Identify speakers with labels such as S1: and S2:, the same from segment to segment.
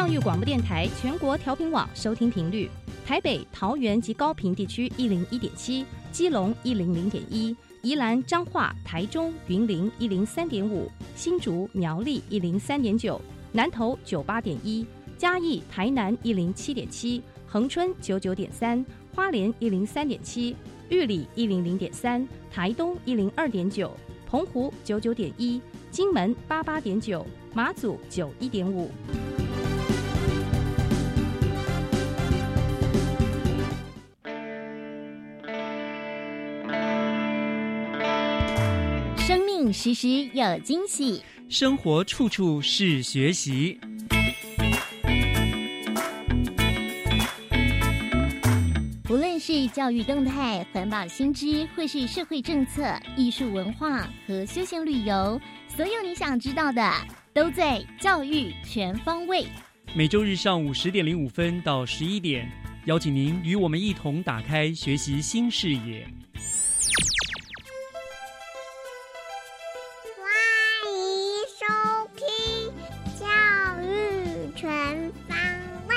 S1: 教育广播电台全国调频网收听频率：台北、桃园及高屏地区101.7，基隆100.1，宜兰、彰化、台中、云林103.5，新竹、苗栗103.9，南投98.1，嘉义、台南107.7，恒春99.3，花莲103.7，玉里100.3，台东102.9，澎湖99.1，金门88.9，马祖91.5。
S2: 生命时时有惊喜，
S3: 生活处处是学习。
S2: 无论是教育动态、环保新知，或是社会政策、艺术文化和休闲旅游，所有你想知道的，都在教育全方位。
S3: 每周日上午10点05分到11点，邀请您与我们一同打开学习新视野。
S4: 欢迎收听教育全方位。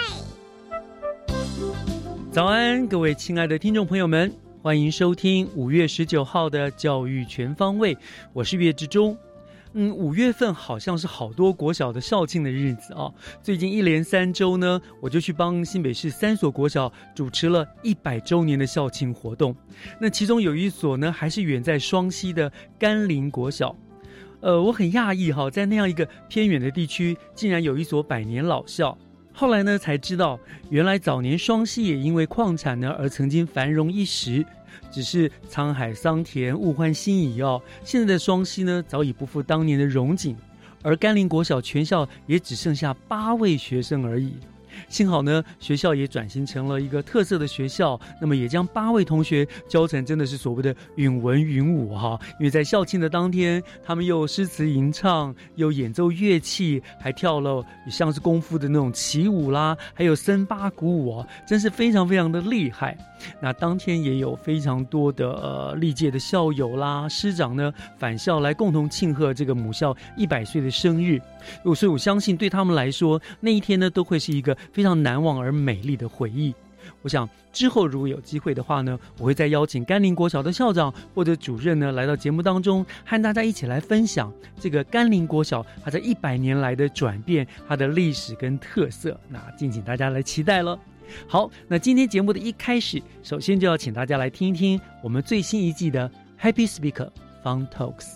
S3: 早安，各位亲爱的听众朋友们，欢迎收听5月19号的教育全方位，我是岳志忠。5月份好像是好多国小的校庆的日子啊。最近一连3周呢，我就去帮新北市3所国小主持了100周年的校庆活动。那其中有一所呢，还是远在双溪的甘霖国小。我很讶异哈，在那样一个偏远的地区，竟然有一所100年老校。后来呢，才知道原来早年双溪也因为矿产呢而曾经繁荣一时，只是沧海桑田，物换星移哦。现在的双溪呢，早已不复当年的荣景，而甘霖国小全校也只剩下8位学生而已。幸好呢，学校也转型成了一个特色的学校，那么也将8位同学教成真的是所谓的允文允武哈。因为在校庆的当天，他们又诗词吟唱，又演奏乐器，还跳了像是功夫的那种起舞啦，还有森巴鼓舞哦，真是非常非常的厉害。那当天也有非常多的历届的校友啦、师长呢返校来共同庆贺这个母校100岁的生日。所以我相信对他们来说，那一天呢都会是一个非常难忘而美丽的回忆。我想之后如果有机会的话呢，我会再邀请甘霖国小的校长或者主任呢来到节目当中，和大家一起来分享这个甘霖国小它在100年来的转变，它的历史跟特色。那敬请大家来期待了。好，那今天节目的一开始，首先就要请大家来听一听我们最新一季的 Happy Speaker Fun Talks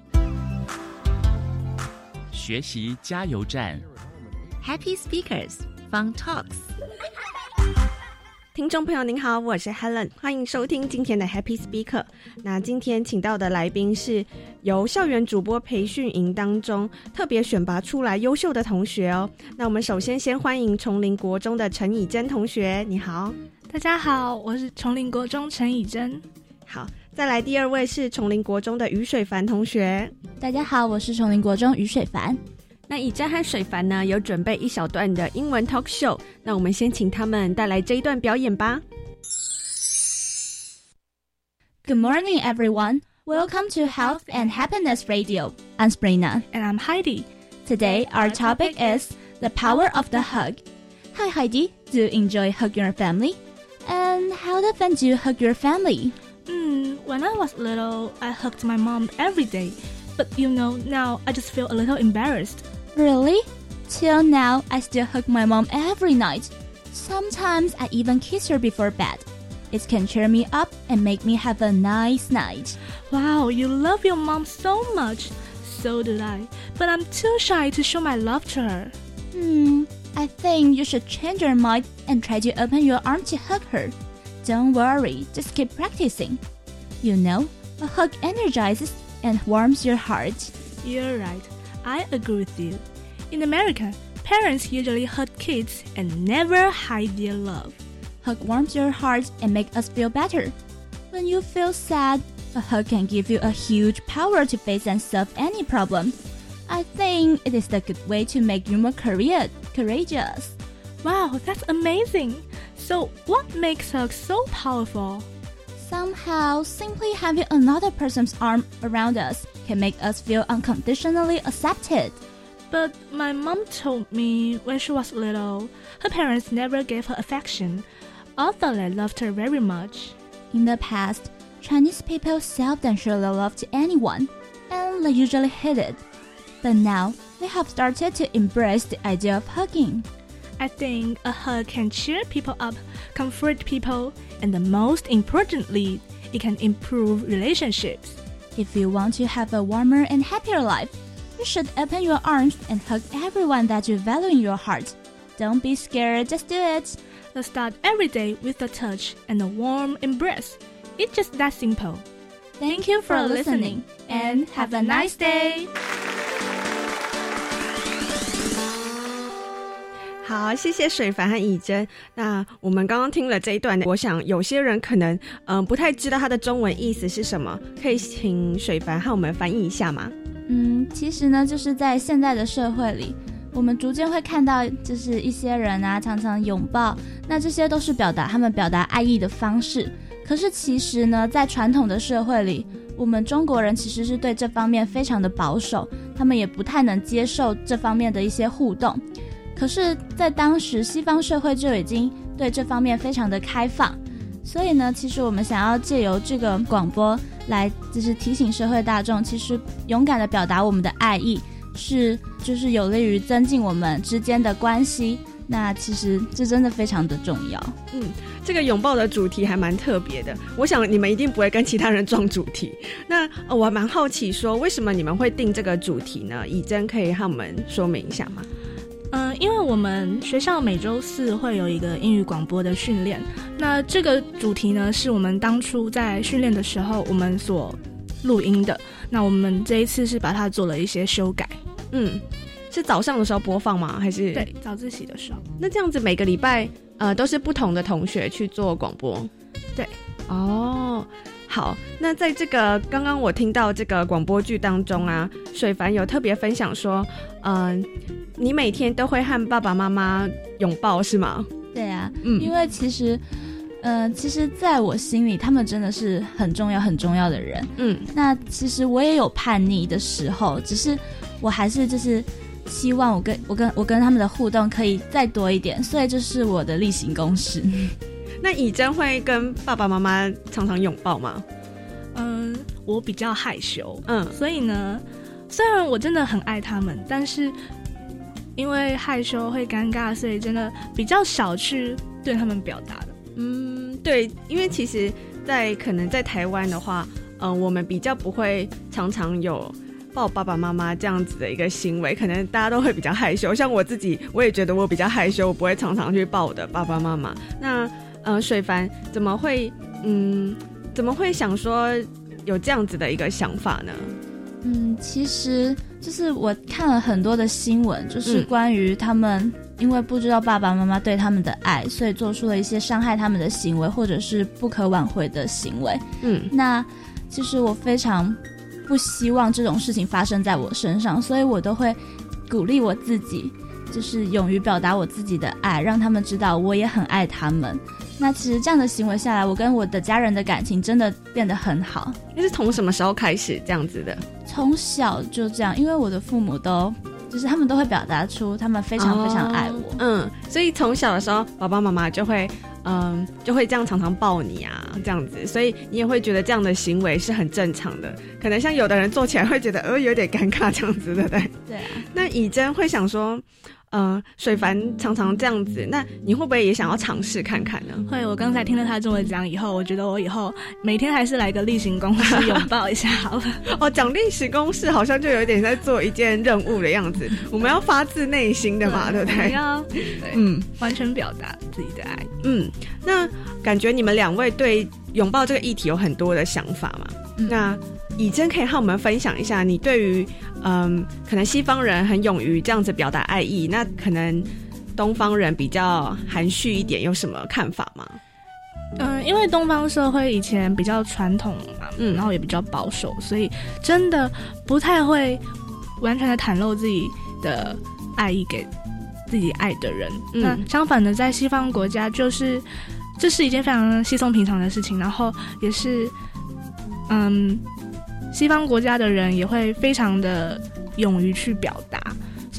S5: 学习加油站
S6: Happy Speakers Fun Talks。 听众朋友您好，我是 Helen， 欢迎收听今天的 Happy Speaker。 那今天请到的来宾是由校园主播培训营当中特别选拔出来优秀的同学哦。那我们首先欢迎崇林国中的陈以真同学，你好。
S7: 大家好，我是崇林国中陈以真。
S6: 好，再来第2位是崇林国中的于水凡同学。
S8: 大家好，我是崇林国中于水凡。
S6: 那以真和水凡呢有准备一小段的英文 talk show， 那我们先请他们带来这一段表演吧。
S8: Good morning, everyone. Welcome to Health and Happiness Radio. I'm Sabrina.
S7: And I'm Heidi.
S8: Today, our topic is the power of the hug. Hi, Heidi. Do you enjoy hugging your family? And how often do you hug your family?
S7: When I was little, I hugged my mom every day. But you know, now I just feel a little embarrassed.
S8: Really? Till now, I still hug my mom every night. Sometimes I even kiss her before bed. It can cheer me up and make me have a nice night.
S7: Wow, you love your mom so much. So do I. But I'm too shy to show my love to her.
S8: I think you should change your mind and try to open your arm to hug her. Don't worry, just keep practicing. You know, a hug energizes and warms your heart.
S7: You're right. I agree with you. In America, parents usually hug kids and never hide their love.
S8: Hug warms your heart and makes us feel better. When you feel sad, a hug can give you a huge power to face and solve any problem. I think it is the good way to make you more courageous.
S7: Wow, that's amazing. So what makes hugs so powerful?
S8: Somehow, simply having another person's arm around us can make us feel unconditionally accepted.
S7: But my mom told me when she was little, her parents never gave her affection, although they loved her very much.
S8: In the past, Chinese people seldom show their love to anyone, and they usually hid it. But now, they have started to embrace the idea of hugging.
S7: I think a hug can cheer people up, comfort people, and most importantly, it can improve relationships.
S8: If you want to have a warmer and happier life, you should open your arms and hug everyone that you value in your heart. Don't be scared, just do it.
S7: Let's start every day with a touch and a warm embrace. It's just that simple.
S8: Thank you for listening, and have a nice day.
S6: 好，谢谢水凡和以真。那我们刚刚听了这一段，我想有些人可能不太知道它的中文意思是什么，可以请水凡和我们翻译一下吗？
S8: 其实呢，就是在现在的社会里，我们逐渐会看到，就是一些人啊，常常拥抱，那这些都是他们表达爱意的方式。可是其实呢，在传统的社会里，我们中国人其实是对这方面非常的保守，他们也不太能接受这方面的一些互动。可是在当时西方社会就已经对这方面非常的开放，所以呢，其实我们想要借由这个广播来就是提醒社会大众，其实勇敢的表达我们的爱意就是有利于增进我们之间的关系，那其实这真的非常的重要。
S6: 这个拥抱的主题还蛮特别的，我想你们一定不会跟其他人撞主题。那我还蛮好奇说为什么你们会定这个主题呢？以真可以和我们说明一下吗？
S7: 因为我们学校每周四会有一个英语广播的训练，那这个主题呢是我们当初在训练的时候我们所录音的，那我们这一次是把它做了一些修改。
S6: 是早上的时候播放吗？还是？
S7: 对，早自习的时候。
S6: 那这样子每个礼拜都是不同的同学去做广播？
S7: 对。
S6: 哦，好，那在这个刚刚我听到这个广播剧当中啊，水凡有特别分享说你每天都会和爸爸妈妈拥抱是吗？
S8: 对啊，因为其实在我心里他们真的是很重要很重要的人。那其实我也有叛逆的时候，只是我还是就是希望我跟他们的互动可以再多一点，所以这是我的例行公事。
S6: 那以真会跟爸爸妈妈常常拥抱吗？
S7: 我比较害羞，所以呢，虽然我真的很爱他们，但是因为害羞会尴尬，所以真的比较少去对他们表达的。
S6: 对，因为其实可能在台湾的话，我们比较不会常常有抱爸爸妈妈这样子的一个行为，可能大家都会比较害羞。像我自己，我也觉得我比较害羞，我不会常常去抱我的爸爸妈妈。那水凡怎么会想说有这样子的一个想法呢？
S8: 其实就是我看了很多的新闻，就是关于他们因为不知道爸爸妈妈对他们的爱，所以做出了一些伤害他们的行为，或者是不可挽回的行为。那其实我非常不希望这种事情发生在我身上，所以我都会鼓励我自己，就是勇于表达我自己的爱，让他们知道我也很爱他们。那其实这样的行为下来，我跟我的家人的感情真的变得很好。
S6: 你是从什么时候开始这样子的？
S8: 从小就这样，因为我的父母就是他们都会表达出他们非常非常爱我。
S6: 所以从小的时候爸爸妈妈就会这样常常抱你啊，这样子，所以你也会觉得这样的行为是很正常的。可能像有的人做起来会觉得有点尴尬这样子，对不对？
S8: 对啊。
S6: 那以真会想说水凡常常这样子，那你会不会也想要尝试看看呢？
S7: 会，我刚才听了他这么讲以后，我觉得我以后每天还是来个例行公事拥抱一下好了。
S6: 讲例行公事好像就有点在做一件任务的样子。我们要发自内心的嘛，对不对？
S7: 要完全表达自己的爱。
S6: 那感觉你们两位对拥抱这个议题有很多的想法嘛？那以真可以和我们分享一下你对于可能西方人很勇于这样子表达爱意，那可能东方人比较含蓄一点，有什么看法吗？
S7: 因为东方社会以前比较传统嘛，然后也比较保守，所以真的不太会完全的袒露自己的爱意给自己爱的人。那相反的，在西方国家这是一件非常稀松平常的事情，然后也是西方国家的人也会非常的勇于去表达，所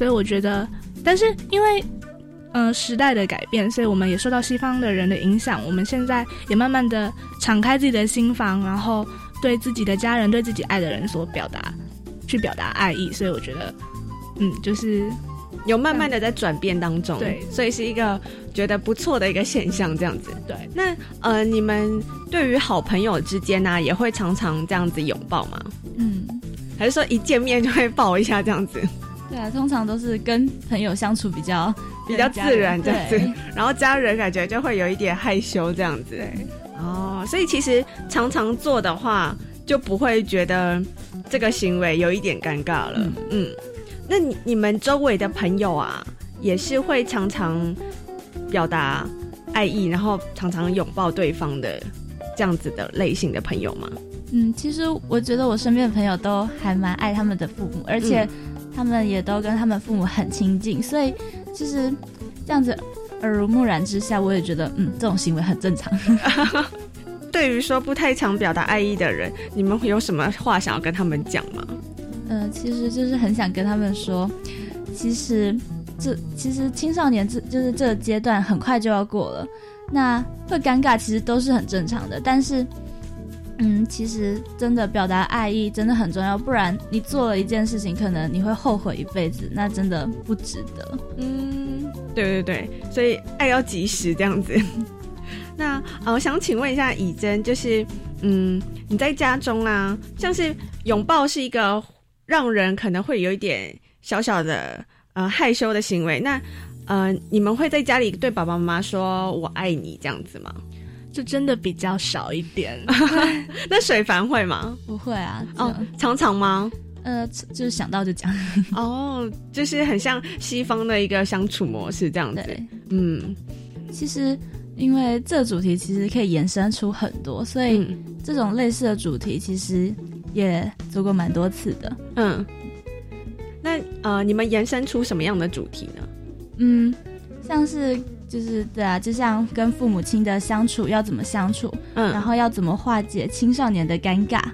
S7: 所以我觉得，但是因为时代的改变，所以我们也受到西方的人的影响，我们现在也慢慢的敞开自己的心房，然后对自己的家人、对自己爱的人去表达爱意，所以我觉得就是
S6: 有慢慢的在转变当中，
S7: 对，
S6: 所以是一个觉得不错的一个现象，这样子。
S7: 对，
S6: 那你们对于好朋友之间呢，也会常常这样子拥抱吗？还是说一见面就会抱一下这样子？
S8: 对啊，通常都是跟朋友相处比较
S6: 自然这样子，然后家人感觉就会有一点害羞这样子。
S7: 对，
S6: 所以其实常常做的话，就不会觉得这个行为有一点尴尬了。那你们周围的朋友啊，也是会常常表达爱意，然后常常拥抱对方的这样子的类型的朋友吗？
S8: 其实我觉得我身边的朋友都还蛮爱他们的父母，而且他们也都跟他们父母很亲近，所以其实这样子耳濡目染之下，我也觉得这种行为很正常。
S6: 对于说不太常表达爱意的人，你们有什么话想要跟他们讲吗？
S8: 其实就是很想跟他们说，其实青少年就是这个阶段很快就要过了，那会尴尬其实都是很正常的，但是其实真的表达爱意真的很重要，不然你做了一件事情，可能你会后悔一辈子，那真的不值得。
S6: 对，所以爱要及时这样子。那我想请问一下以真，就是你在家中啊，像是拥抱是一个让人可能会有一点小小的害羞的行为，那你们会在家里对爸爸妈妈说我爱你这样子吗？
S7: 就真的比较少一点。
S6: 那水凡会吗？
S8: 不会啊。
S6: 常常吗？
S8: 就是想到就讲。
S6: 就是很像西方的一个相处模式这样子。
S8: 其实因为这个主题其实可以延伸出很多，所以这种类似的主题其实也做过蛮多次的。
S6: 那你们延伸出什么样的主题呢？
S8: 像是就是对啊，就像跟父母亲的相处要怎么相处，然后要怎么化解青少年的尴尬。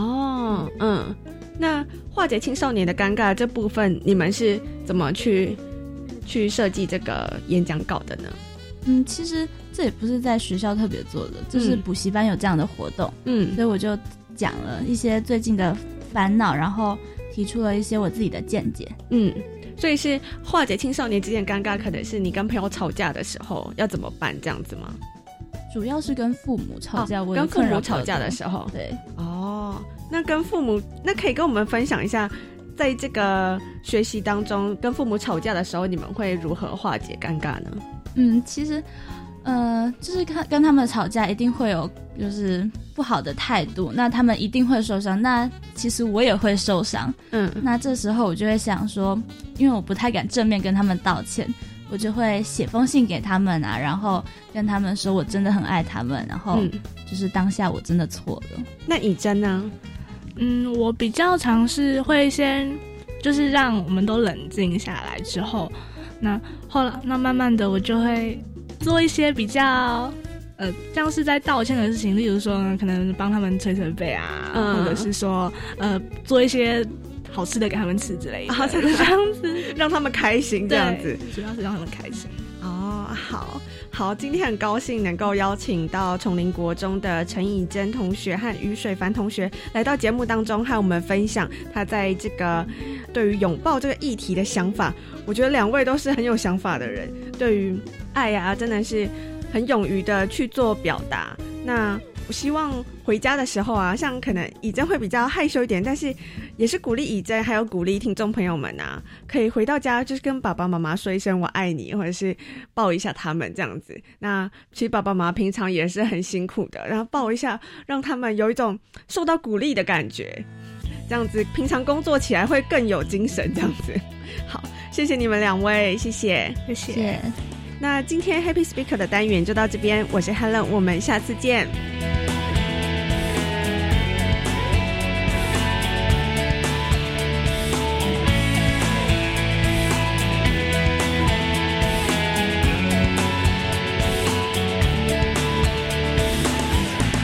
S6: 那化解青少年的尴尬这部分，你们是怎么去设计这个演讲稿的呢？
S8: 其实这也不是在学校特别做的，就是补习班有这样的活动，所以我就讲了一些最近的烦恼，然后提出了一些我自己的见解。
S6: 所以是化解青少年之间的尴尬，可能是你跟朋友吵架的时候要怎么办这样子吗？
S8: 主要是跟父母吵架，
S6: 跟父母吵架的时候。
S8: 对。
S6: 那跟父母，那可以跟我们分享一下，在这个学习当中跟父母吵架的时候，你们会如何化解尴尬呢？
S8: 其实就是跟他们吵架一定会有就是不好的态度，那他们一定会受伤，那其实我也会受伤。那这时候我就会想说，因为我不太敢正面跟他们道歉，我就会写封信给他们啊，然后跟他们说我真的很爱他们，然后就是当下我真的错了。
S6: 那以真呢？
S7: 我比较常是会先就是让我们都冷静下来之后，那慢慢的我就会做一些比较像是在道歉的事情，例如说可能帮他们捶捶背啊，或者是说做一些好吃的给他们吃之类的，这样子
S6: 让他们开心这样子，
S7: 主要是让他们开心。
S6: 好，今天很高兴能够邀请到崇林国中的陈以真同学和于水凡同学来到节目当中，和我们分享他在这个对于拥抱这个议题的想法。我觉得两位都是很有想法的人，对于爱啊真的是很勇于的去做表达。那我希望回家的时候啊，像可能以真会比较害羞一点，但是也是鼓励以真还有鼓励听众朋友们啊，可以回到家就是跟爸爸妈妈说一声我爱你，或者是抱一下他们这样子。那其实爸爸妈妈平常也是很辛苦的，然后抱一下让他们有一种受到鼓励的感觉，这样子平起来会更有精神这样子。好，谢谢你们两位，谢谢。那今天 Happy Speaker 的单元就到这边，我是 Helen， 我们下次见。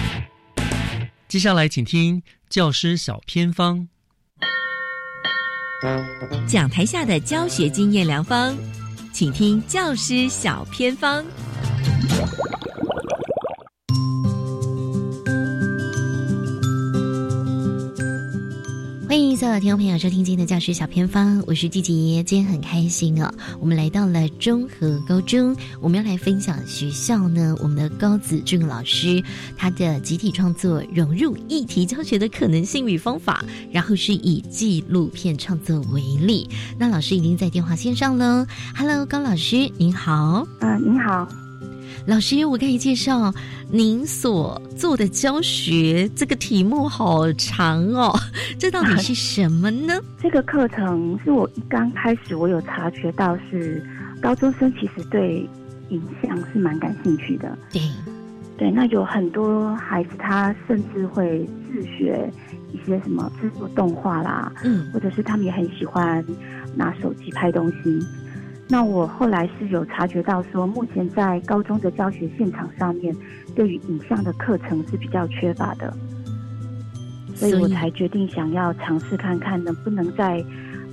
S3: 接下来请听教师小偏方。
S9: 讲台下的教学经验良方，请听教师小偏方。
S10: 欢迎所有听众朋友收听今天的教师小偏方，我是季杰。今天很开心哦，我们来到了中和高中，我们要来分享学校呢我们的高子俊老师他的集体创作融入议题教学的可能性与方法，然后是以纪录片创作为例。那老师已经在电话线上了。 Hello 高老师您好。
S11: 您好
S10: 老师，我可以介绍您所做的教学，这个题目好长哦，这到底是什么呢？
S11: 这个课程是我一刚开始我有察觉到是高中生其实对影像是蛮感兴趣的。对，那有很多孩子他甚至会自学一些什么制作动画啦，或者是他们也很喜欢拿手机拍东西。那我后来是有察觉到说，目前在高中的教学现场上面，对于影像的课程是比较缺乏的，所以我才决定想要尝试看看能不能在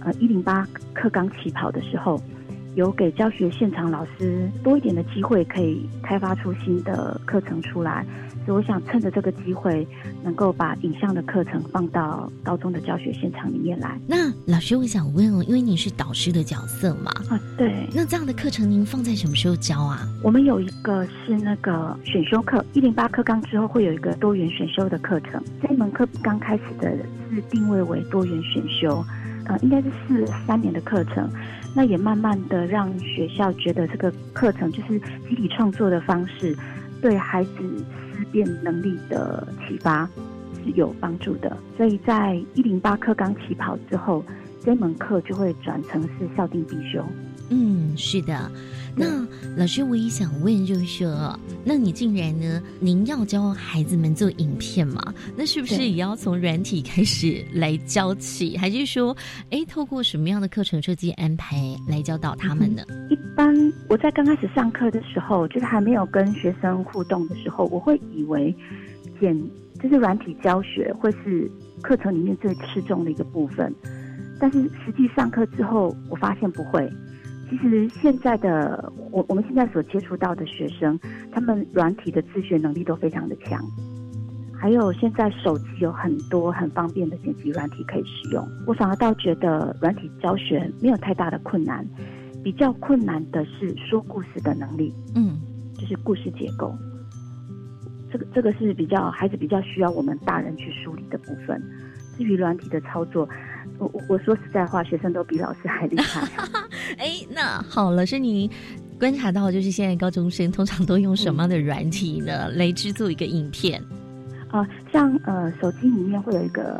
S11: 108课纲起跑的时候，有给教学现场老师多一点的机会，可以开发出新的课程出来。所以我想趁着这个机会，能够把影像的课程放到高中的教学现场里面来。
S10: 那老师，我想问哦，因为你是导师的角色嘛，
S11: 对，
S10: 那这样的课程您放在什么时候教啊？
S11: 我们有一个是那个选修课，108课纲之后会有一个多元选修的课程。这一门课刚开始的是定位为多元选修，应该是3年的课程。那也慢慢的让学校觉得这个课程就是集体创作的方式，对孩子思辨能力的启发是有帮助的。所以在108课纲起跑之后，这门课就会转成是校定必修。
S10: 是的。那老师，我也想问，就是说，那你竟然呢，您要教孩子们做影片嘛？那是不是也要从软体开始来教起，还是说，透过什么样的课程设计安排来教导他们呢？
S11: 一般我在刚开始上课的时候，就是还没有跟学生互动的时候，我会以为就是软体教学会是课程里面最吃重的一个部分，但是实际上课之后，我发现不会。其实现在的我们现在所接触到的学生，他们软体的自学能力都非常的强，还有现在手机有很多很方便的剪辑软体可以使用。我反而倒觉得软体教学没有太大的困难，比较困难的是说故事的能力，就是故事结构。这个是孩子比较需要我们大人去梳理的部分。至于软体的操作，我说实在话，学生都比老师还厉害。
S10: 那好，老师你观察到就是现在高中生通常都用什么样的软体呢，来制作一个影片？
S11: 像手机里面会有一个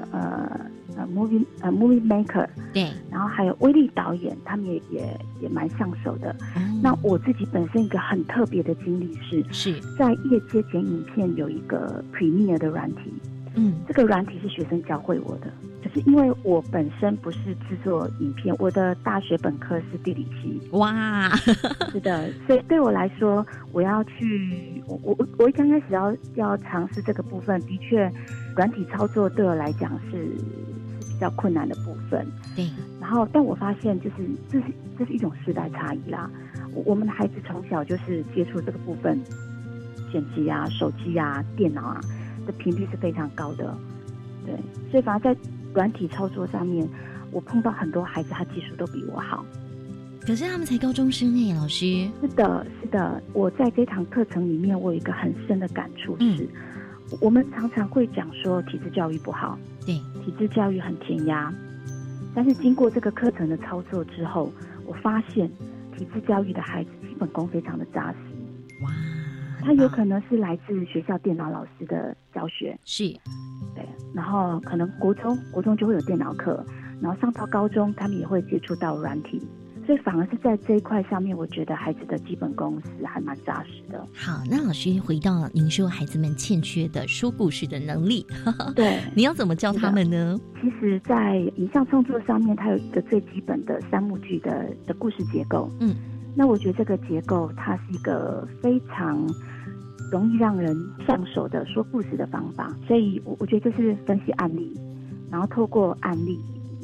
S11: movie maker，
S10: 对，
S11: 然后还有威力导演，他们也蛮上手的。那我自己本身一个很特别的经历是在业界剪影片有一个 Premiere 的软体。这个软体是学生教会我的，就是因为我本身不是制作影片，我的大学本科是地理系。哇，是的，所以对我来说，我要去，我一刚开始要尝试这个部分，的确，软体操作对我来讲是比较困难的部分。
S10: 对，
S11: 然后但我发现这是一种世代差异啦。我们的孩子从小就是接触这个部分，剪辑啊、手机啊、电脑啊。的频率是非常高的，对，所以反而在软体操作上面，我碰到很多孩子，他技术都比我好。
S10: 可是他们才高中生老师。是
S11: 的，我在这堂课程里面，我有一个很深的感触是，我们常常会讲说体制教育不好，
S10: 对，
S11: 体制教育很填鸭，但是经过这个课程的操作之后，我发现体制教育的孩子基本功非常的扎实。哇。他有可能是来自学校电脑老师的教学，对，然后可能国中就会有电脑课，然后上到高中他们也会接触到软体，所以反而是在这一块上面，我觉得孩子的基本功是还蛮扎实的。
S10: 好，那老师回到您说孩子们欠缺的说故事的能力，
S11: 对，
S10: 你要怎么教他们呢？
S11: 其实在影像创作上面，它有一个最基本的3幕剧的故事结构，那我觉得这个结构它是一个非常容易让人上手的说故事的方法，所以我觉得就是分析案例，然后透过案例，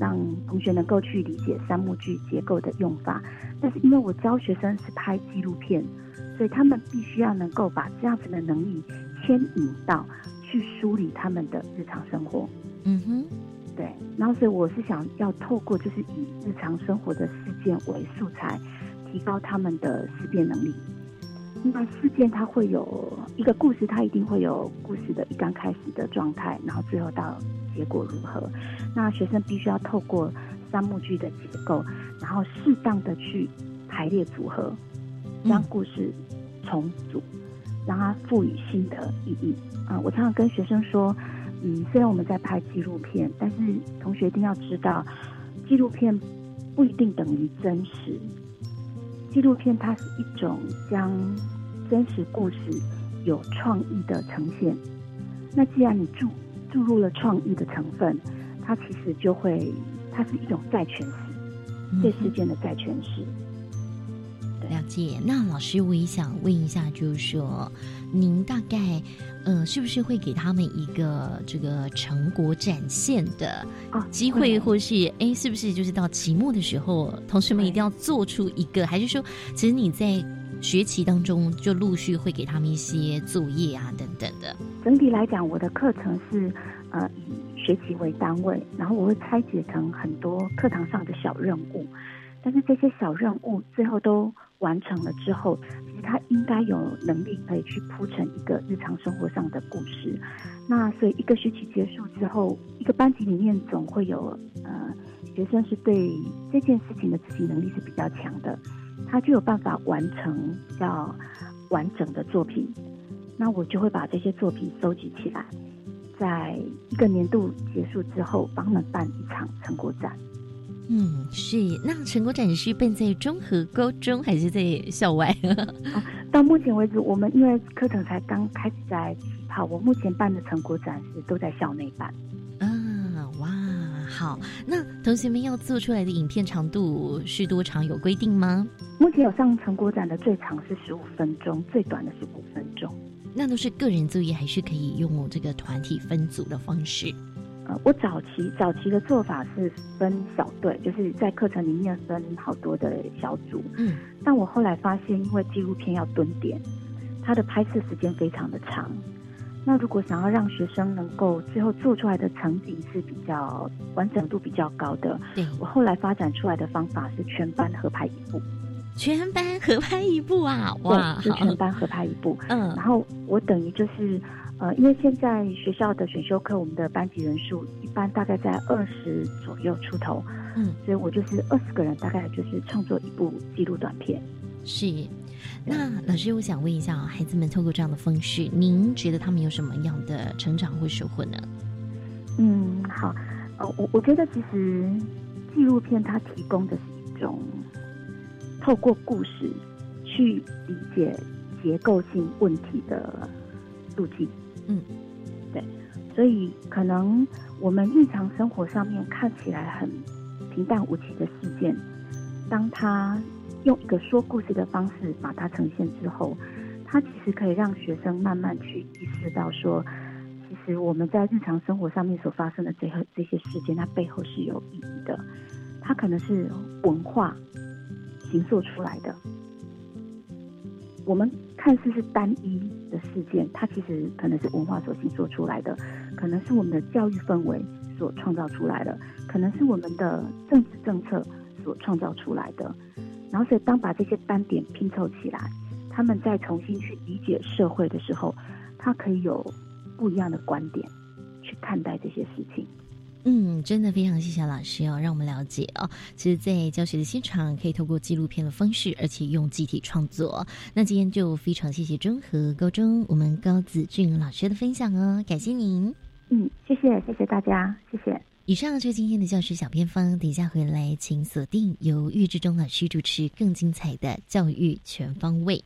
S11: 让同学能够去理解三幕剧结构的用法。但是因为我教学生是拍纪录片，所以他们必须要能够把这样子的能力牵引到去梳理他们的日常生活。对，然后所以我是想要透过就是以日常生活的事件为素材，提高他们的思辨能力。那事件它会有一个故事，它一定会有故事的一刚开始的状态，然后最后到结果如何。那学生必须要透过三幕剧的结构，然后适当的去排列组合，让故事重组，让它赋予新的意义。我常常跟学生说，虽然我们在拍纪录片，但是同学一定要知道，纪录片不一定等于真实。纪录片它是一种将真实故事有创意的呈现。那既然你注入了创意的成分，它其实就会，它是一种再诠释，对事件的再诠释。
S10: 了解。那老师，我也想问一下，就是说，您大概是不是会给他们一个这个成果展现的机会，或是是不是就是到期末的时候，同学们一定要做出一个，还是说，其实你在学期当中就陆续会给他们一些作业啊等等的？
S11: 整体来讲，我的课程是以学期为单位，然后我会拆解成很多课堂上的小任务。但是这些小任务最后都完成了之后，其实他应该有能力可以去铺成一个日常生活上的故事。那所以一个学期结束之后，一个班级里面总会有学生是对这件事情的执行能力是比较强的，他就有办法完成比较完整的作品。那我就会把这些作品收集起来，在一个年度结束之后帮他们办一场成果展。
S10: 是。那成果展是办在中和高中还是在校外？
S11: 到目前为止，我们因为课程才刚开始在起跑，我目前办的成果展是都在校内办。
S10: 哇，好。那同学们要做出来的影片长度是多长，有规定吗？
S11: 目前有上成果展的最长是15分钟，最短的是5分钟。
S10: 那都是个人作业，还是可以用这个团体分组的方式？
S11: 我早期的做法是分小队，就是在课程里面分好多的小组。但我后来发现，因为纪录片要蹲点，它的拍摄时间非常的长。那如果想要让学生能够最后做出来的成品是比较完整度比较高的，我后来发展出来的方法是全班合拍一部。
S10: 全班合拍一部啊！哇，
S11: 对，就全班合拍一部。然后我等于就是因为现在学校的选修课，我们的班级人数一般大概在20左右出头，所以我就是20个人，大概就是创作一部纪录短片。
S10: 是。那老师，我想问一下，孩子们透过这样的方式，您觉得他们有什么样的成长或收获呢？
S11: 好，我觉得其实纪录片它提供的是一种透过故事去理解结构性问题的路径。对，所以可能我们日常生活上面看起来很平淡无奇的事件，当他用一个说故事的方式把它呈现之后，它其实可以让学生慢慢去意识到说，其实我们在日常生活上面所发生的这些事件，它背后是有意义的，它可能是文化形塑出来的。我们看似是单一的事件，它其实可能是文化所形塑出来的，可能是我们的教育氛围所创造出来的，可能是我们的政治政策所创造出来的。然后所以当把这些单点拼凑起来，他们再重新去理解社会的时候，他可以有不一样的观点去看待这些事情。
S10: 真的非常谢谢老师让我们了解其实在教学的现场可以透过纪录片的方式，而且用集体创作。那今天就非常谢谢中和高中我们高子俊老师的分享感谢您。
S11: 谢谢大家，谢谢。
S10: 以上就是今天的教师小偏方，等一下回来请锁定由岳志忠老师主持更精彩的教育全方位。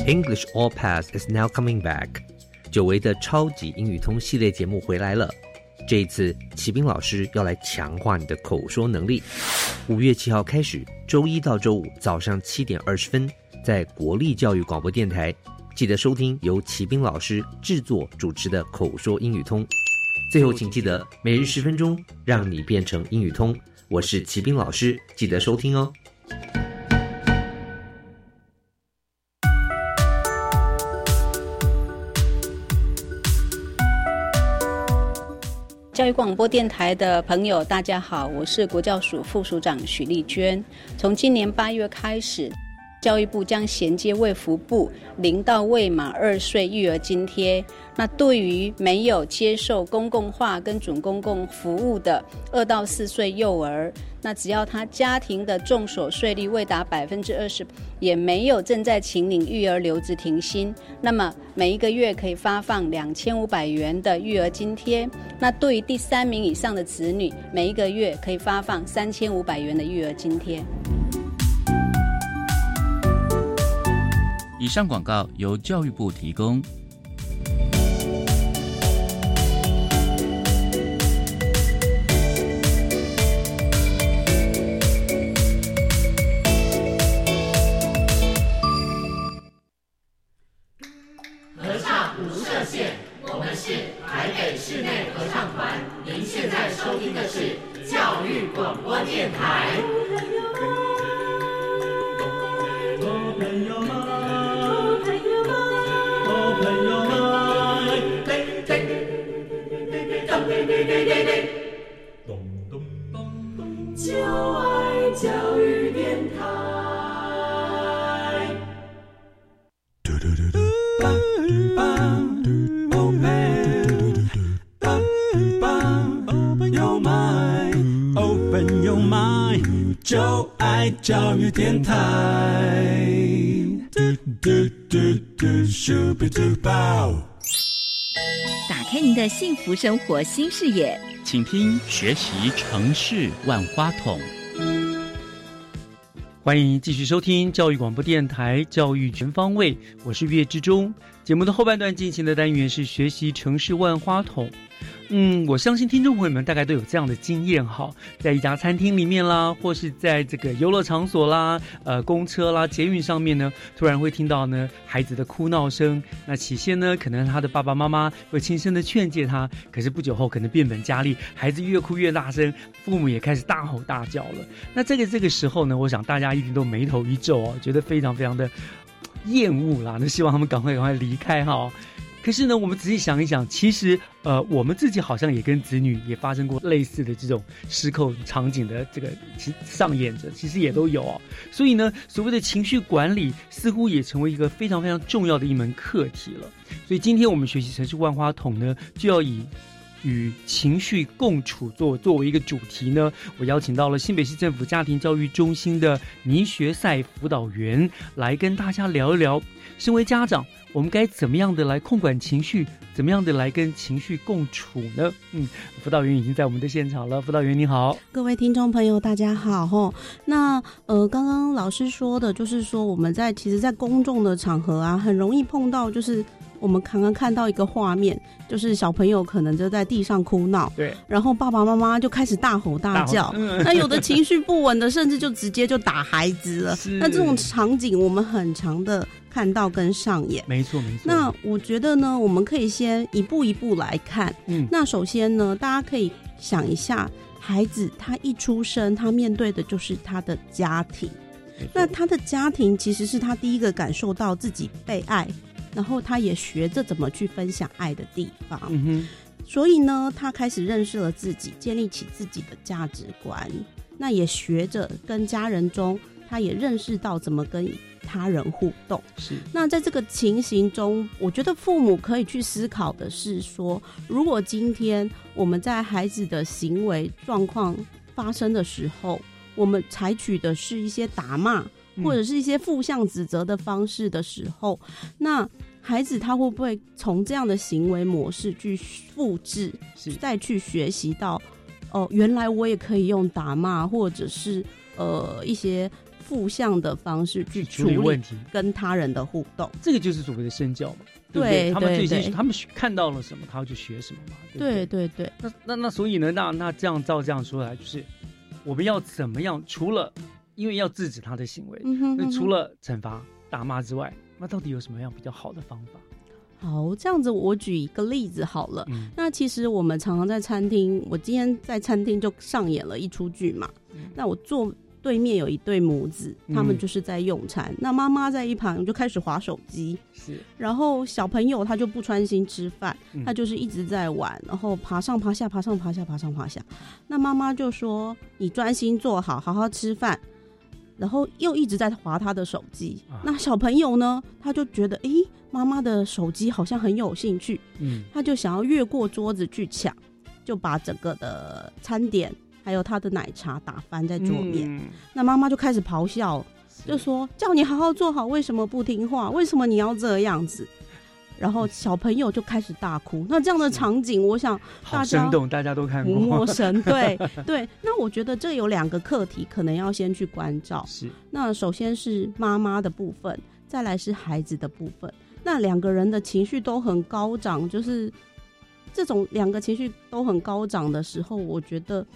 S12: English All Pass is now coming back。久违的超级英语通系列节目回来了，这一次启彬老师要来强化你的口说能力。5月7号开始，周一到周五早上7点20分，在国立教育广播电台，记得收听由启彬老师制作主持的口说英语通。最后请记得每日10分钟，让你变成英语通。我是启彬老师，记得收听哦。
S13: 教育广播电台的朋友大家好，我是国教署副署长许丽娟。从今年8月开始，教育部将衔接卫福部0到未满2岁育儿津贴，那对于没有接受公共化跟准公共服务的2到4岁幼儿，那只要他家庭的综所税率未达 20%， 也没有正在请领育儿留职停薪，那么每一个月可以发放2500元的育儿津贴。那对于第3名以上的子女，每一个月可以发放3500元的育儿津贴。
S5: 以上广告由教育部提供。
S14: 合唱无设限，我们是台北室内合唱团。您现在收听的是教育广播电台。就爱教育电台。Open your mind, open your mind， 就爱教育电台。
S9: 打开您的幸福生活新视野，
S5: 请听学习城市万花筒。
S3: 欢迎继续收听教育广播电台教育全方位，我是岳志忠。节目的后半段进行的单元是学习城市万花筒。我相信听众朋友们大概都有这样的经验哈，在一家餐厅里面啦，或是在这个游乐场所啦、公车啦、捷运上面呢，突然会听到呢孩子的哭闹声。那起先呢，可能他的爸爸妈妈会轻声的劝诫他，可是不久后可能变本加厉，孩子越哭越大声，父母也开始大吼大叫了。那这个时候呢，我想大家一定都眉头一皱哦，觉得非常非常的厌恶啦，那希望他们赶快离开哈。可是呢，我们仔细想一想，其实我们自己好像也跟子女也发生过类似的这种失控场景的这个上演着，其实也都有哦。所以呢，所谓的情绪管理似乎也成为一个非常非常重要的一门课题了。所以今天我们学习城市万花筒呢，就要以与情绪共处作为一个主题呢，我邀请到了新北市政府家庭教育中心的倪学赛辅导员来跟大家聊一聊，身为家长我们该怎么样的来控管情绪，怎么样的来跟情绪共处呢？辅导员已经在我们的现场了。辅导员你好。
S15: 各位听众朋友大家好。那刚刚老师说的就是说，我们其实在公众的场合啊，很容易碰到就是我们刚刚看到一个画面，就是小朋友可能就在地上哭闹，对，然后爸爸妈妈就开始大吼大叫，那有的情绪不稳的，甚至就直接就打孩子了。那这种场景我们很常的看到跟上演，
S3: 没错没错。
S15: 那我觉得呢，我们可以先一步一步来看。那首先呢，大家可以想一下，孩子他一出生，他面对的就是他的家庭，那他的家庭其实是他第一个感受到自己被爱，然后他也学着怎么去分享爱的地方。所以呢，他开始认识了自己，建立起自己的价值观，那也学着跟家人中，他也认识到怎么跟他人互动。是。那在这个情形中，我觉得父母可以去思考的是说，如果今天我们在孩子的行为状况发生的时候，我们采取的是一些打骂或者是一些负向指责的方式的时候，那孩子他会不会从这样的行为模式去复制，再去学习到原来我也可以用打骂或者是一些负向的方式去处理
S3: 问题，
S15: 跟他人的互动。
S3: 这个就是所谓的身教嘛，对不对？他们最近他们看到了什么，他就学什么嘛，对不对？
S15: 对。
S3: 那所以呢，那这样照这样说来，就是我们要怎么样？除了因为要制止他的行为，那除了惩罚打骂之外，那到底有什么样比较好的方法？
S15: 好，这样子我举一个例子好了。那其实我们常常在餐厅，我今天在餐厅就上演了一出剧嘛。那我坐对面有一对母子，他们就是在用餐。那妈妈在一旁就开始滑手机，
S3: 是。
S15: 然后小朋友他就不专心吃饭，他就是一直在玩，然后爬上爬下，爬上爬下，爬上爬下。那妈妈就说：“你专心坐好，好好吃饭。”然后又一直在滑他的手机。那小朋友呢，他就觉得妈妈的手机好像很有兴趣，他就想要越过桌子去抢，就把整个的餐点还有他的奶茶打翻在桌面。那妈妈就开始咆哮，就说：“叫你好好做好，为什么不听话？为什么你要这样子？”然后小朋友就开始大哭。那这样的场景，我想
S3: 好生动，大家都看过，
S15: 不陌生。对。那我觉得这有2个课题，可能要先去关照。
S3: 是。
S15: 那首先是妈妈的部分，再来是孩子的部分。那2个人的情绪都很高涨，就是这种2个情绪都很高涨的时候，我觉得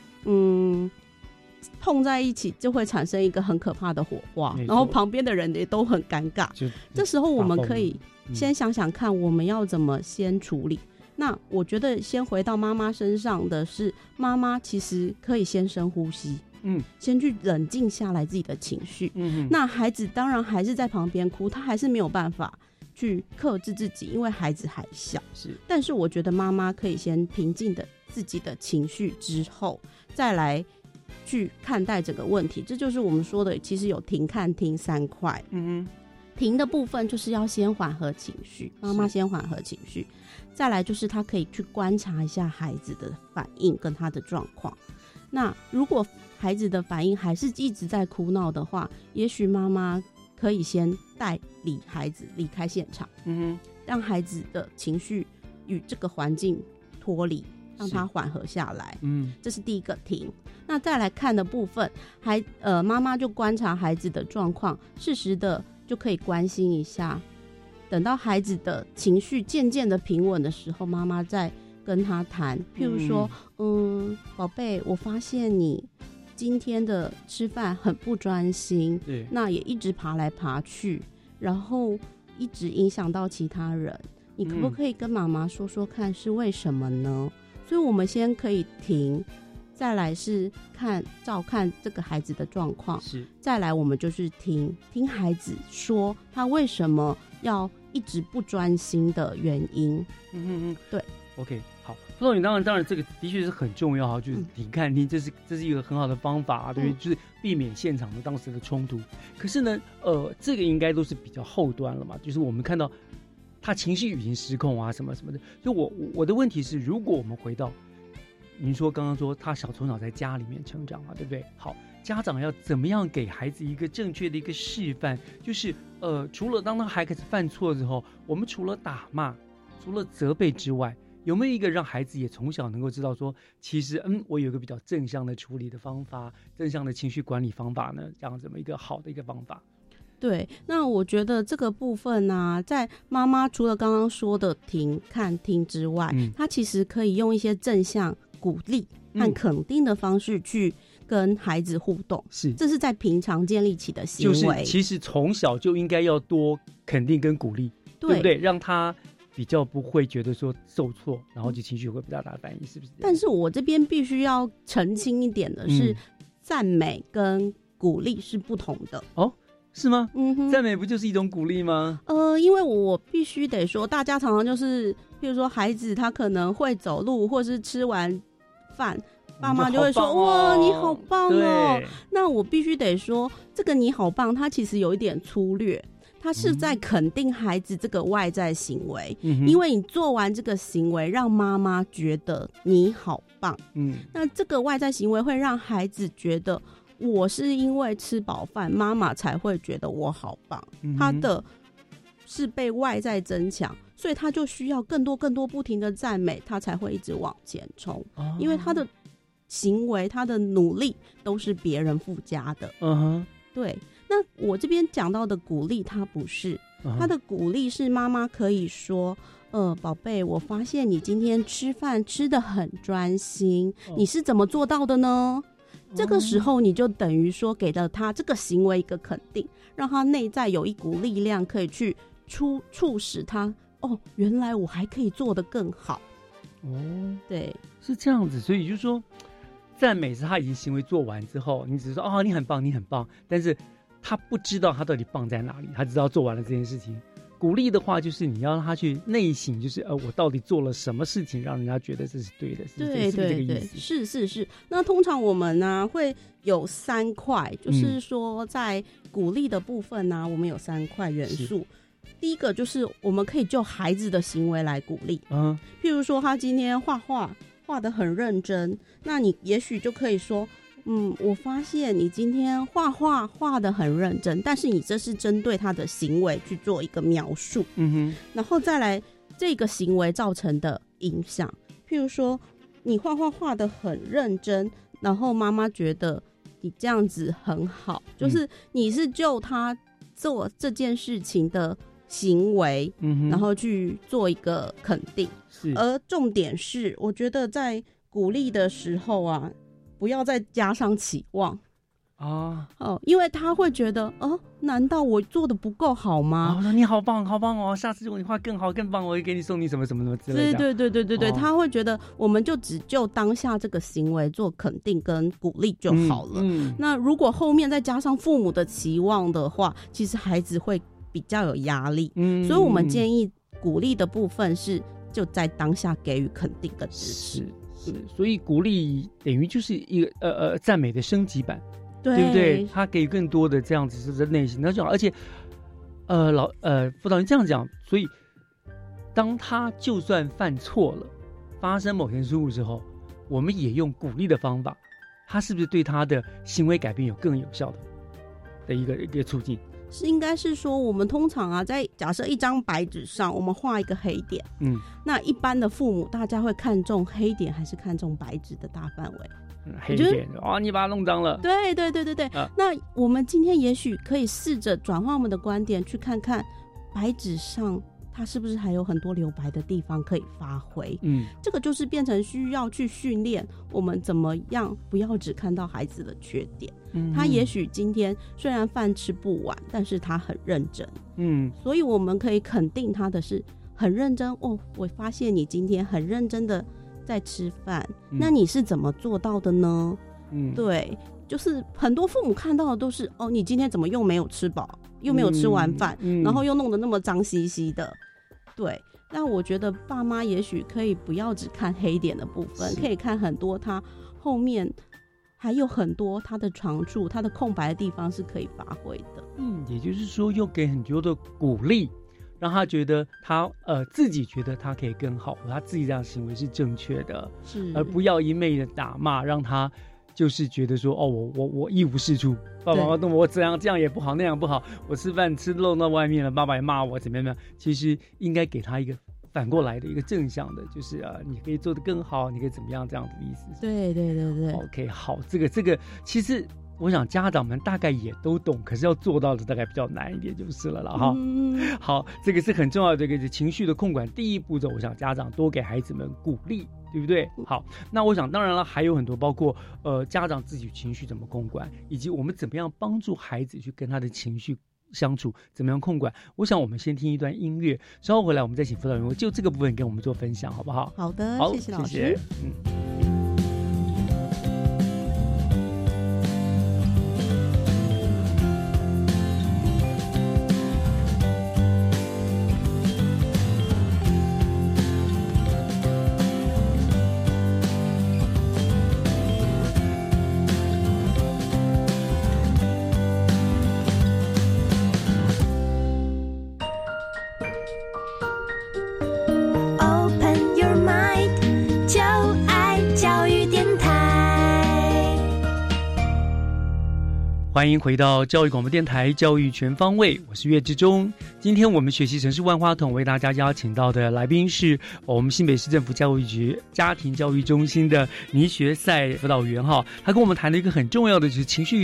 S15: 碰在一起就会产生一个很可怕的火花，然后旁边的人也都很尴尬。这时候我们可以先想想看，我们要怎么先处理。那我觉得先回到妈妈身上的是，妈妈其实可以先深呼吸，先去冷静下来自己的情绪。那孩子当然还是在旁边哭，他还是没有办法去克制自己，因为孩子还小。
S3: 是。
S15: 但是我觉得妈妈可以先平静的自己的情绪之后，再来去看待这个问题。这就是我们说的，其实有停、看、听3块。停的部分就是要先缓和情绪，妈妈先缓和情绪，再来就是他可以去观察一下孩子的反应跟他的状况。那如果孩子的反应还是一直在哭闹的话，也许妈妈可以先带领孩子离开现场，让孩子的情绪与这个环境脱离，让他缓和下来。这是第一个停。那再来看的部分，妈妈就观察孩子的状况，适时的就可以关心一下。等到孩子的情绪渐渐的平稳的时候，妈妈再跟他谈，譬如说，宝贝，我发现你今天的吃饭很不专心，那也一直爬来爬去，然后一直影响到其他人，你可不可以跟妈妈说说看是为什么呢？所以我们先可以停，再来是照看这个孩子的状况，再来我们就是听孩子说他为什么要一直不专心的原因。对。
S3: OK， 好，副总理当然这个的确是很重要哈，就是停看听，这是一个很好的方法，对，就是避免现场的当时的冲突。可是呢，这个应该都是比较后端了嘛，就是我们看到他情绪已经失控啊，什么什么的。所以我的问题是，如果我们回到您刚刚说他从小在家里面成长嘛，对不对？好，家长要怎么样给孩子一个正确的一个示范？就是除了当他孩子犯错之后，我们除了打骂、除了责备之外，有没有一个让孩子也从小能够知道说，其实我有一个比较正向的处理的方法，正向的情绪管理方法呢？这样怎么一个好的一个方法？
S15: 对，那我觉得这个部分呢，在妈妈除了刚刚说的停、看、听之外，她其实可以用一些正向鼓励和肯定的方式去跟孩子互动。这是在平常建立起的行为。
S3: 就是其实从小就应该要多肯定跟鼓励，对不对？让他比较不会觉得说受挫，然后就情绪会比较大的反应，是不是？
S15: 但是我这边必须要澄清一点的是，赞美跟鼓励是不同的
S3: 哦。是吗？赞美不就是一种鼓励吗？
S15: 因为我必须得说，大家常常就是，譬如说孩子他可能会走路，或是吃完饭，爸妈就会说：“哇，你好棒哦！”那我必须得说，这个你好棒，它其实有一点粗略。他是在肯定孩子这个外在行为，因为你做完这个行为，让妈妈觉得你好棒。那这个外在行为会让孩子觉得，我是因为吃饱饭，妈妈才会觉得我好棒。他的是被外在增强，所以他就需要更多不停的赞美，他才会一直往前冲。因为他的行为，他的努力都是别人附加的。对。 那我这边讲到的鼓励，它不是，它的鼓励是妈妈可以说，宝贝，我发现你今天吃饭吃得很专心，你是怎么做到的呢？这个时候你就等于说给了他这个行为一个肯定，让他内在有一股力量可以去促使他，原来我还可以做得更好。对，
S3: 是这样子。所以就是说赞美是他已经行为做完之后，你只是说你很棒你很棒，但是他不知道他到底棒在哪里，他只知道做完了这件事情。鼓励的话就是你要让他去内省，就是我到底做了什么事情让人家觉得这是对的，
S15: 对
S3: 是这个意思？
S15: 是。那通常我们呢会有3块，就是说在鼓励的部分呢，我们有3块元素。第一个就是我们可以就孩子的行为来鼓励，譬如说他今天画得很认真，那你也许就可以说，我发现你今天画得很认真，但是你这是针对他的行为去做一个描述，然后再来这个行为造成的影响，譬如说你画得很认真，然后妈妈觉得你这样子很好，就是你是就他做这件事情的行为，然后去做一个肯定。而重点是，我觉得在鼓励的时候啊，不要再加上期望因为他会觉得难道我做的不够好吗？
S3: 你好棒好棒哦，下次如果你画更好更棒，我会给你送你什么什么什么之类的。
S15: 对，他会觉得我们就只就当下这个行为做肯定跟鼓励就好了。那如果后面再加上父母的期望的话，其实孩子会比较有压力。所以我们建议鼓励的部分是就在当下给予肯定跟支持。
S3: 是，所以鼓励等于就是一个赞美的升级版，对不对？他给予更多的这样子的内心，那就好。而且辅导员这样讲，所以当他就算犯错了，发生某些失误之后，我们也用鼓励的方法，他是不是对他的行为改变有更有效的一个促进？
S15: 是应该是说，我们通常啊，在假设一张白纸上，我们画一个黑点，那一般的父母大家会看重黑点还是看重白纸的大范围？
S3: 黑点你把它弄脏了。
S15: 对。那我们今天也许可以试着转换我们的观点，去看看白纸上它是不是还有很多留白的地方可以发挥。这个就是变成需要去训练我们怎么样不要只看到孩子的缺点。他也许今天虽然饭吃不完，但是他很认真。所以我们可以肯定他的是很认真。我发现你今天很认真的在吃饭，那你是怎么做到的呢？对，就是很多父母看到的都是你今天怎么又没有吃饱，又没有吃完饭，然后又弄得那么脏兮兮的。对，那我觉得爸妈也许可以不要只看黑点的部分，可以看很多他后面还有很多他的长处，他的空白的地方是可以发挥的。
S3: 也就是说又给很多的鼓励，让他觉得他自己觉得他可以更好，他自己这样行为是正确的，而不要一昧的打骂，让他就是觉得说我一无是处，爸爸妈妈我这样也不好，那样不好，我吃饭吃漏到外面了，爸爸也骂我怎么样。其实应该给他一个反过来的一个正向的，就是你可以做得更好，你可以怎么样这样子的意思。
S15: 对。
S3: OK， 好，这个其实我想家长们大概也都懂，可是要做到的大概比较难一点就是了啦哈。好，这个是很重要的一个情绪的控管第一步骤，我想家长多给孩子们鼓励，对不对？好，那我想当然了还有很多，包括家长自己情绪怎么控管，以及我们怎么样帮助孩子去跟他的情绪相处，怎么样控管。我想我们先听一段音乐，稍后回来我们再请辅导员就这个部分跟我们做分享，好不好？
S15: 好的，
S3: 好，
S15: 谢谢老师。
S3: 谢谢。欢迎回到教育广播电台教育全方位，我是岳志忠。今天我们学习城市万花筒为大家邀请到的来宾是我们新北市政府教育局家庭教育中心的倪学赛辅导员他跟我们谈了一个很重要的就是情绪